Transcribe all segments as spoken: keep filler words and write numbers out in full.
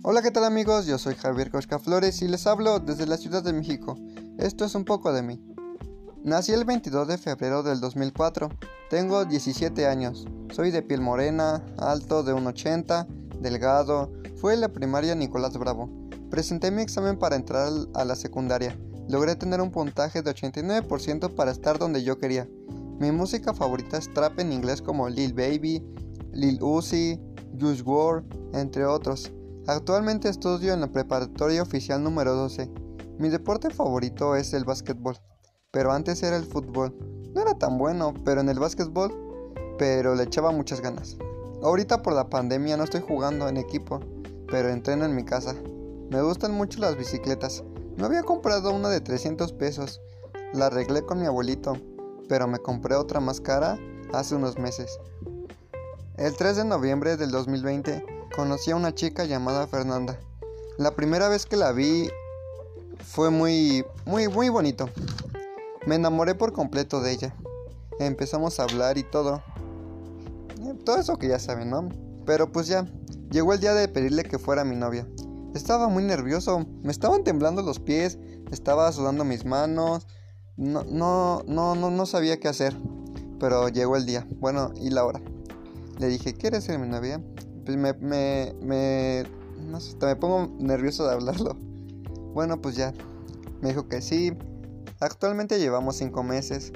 Hola, ¿qué tal amigos? Yo soy Javier Cosca Flores y les hablo desde la Ciudad de México. Esto es un poco de mí. Nací el veintidós de febrero del dos mil cuatro. Tengo diecisiete años. Soy de piel morena, alto de uno ochenta, delgado. Fui en la primaria Nicolás Bravo. Presenté mi examen para entrar a la secundaria. Logré tener un puntaje de ochenta y nueve por ciento para estar donde yo quería. Mi música favorita es trap en inglés como Lil Baby, Lil Uzi, Juice world, entre otros. Actualmente estudio en la preparatoria oficial número doce. Mi deporte favorito es el básquetbol, pero antes era el fútbol. No era tan bueno, pero en el básquetbol, pero le echaba muchas ganas. Ahorita por la pandemia no estoy jugando en equipo, pero entreno en mi casa. Me gustan mucho las bicicletas. Me había comprado una de trescientos pesos. La arreglé con mi abuelito, pero me compré otra más cara hace unos meses. El tres de noviembre del dos mil veinte conocí a una chica llamada Fernanda. La primera vez que la vi fue muy, muy, muy bonito. Me enamoré por completo de ella. Empezamos a hablar y todo. Todo eso que ya saben, ¿no? Pero pues ya, llegó el día de pedirle que fuera mi novia. Estaba muy nervioso, me estaban temblando los pies, estaba sudando mis manos. No, no, no, no, no sabía qué hacer. Pero llegó el día, bueno, y la hora. Le dije, ¿quieres ser mi novia? Pues me, me, me, no sé, me pongo nervioso de hablarlo. Bueno, pues ya, me dijo que sí. Actualmente llevamos cinco meses.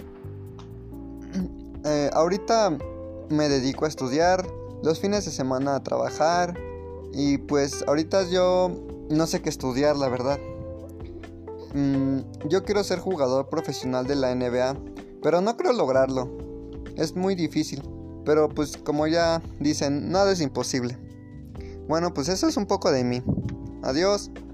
eh, Ahorita me dedico a estudiar, los fines de semana a trabajar. Y pues ahorita yo no sé qué estudiar, la verdad. mm, Yo quiero ser jugador profesional de la N B A, pero no creo lograrlo. Es muy difícil. Pero pues como ya dicen, nada es imposible. Bueno, pues eso es un poco de mí. Adiós.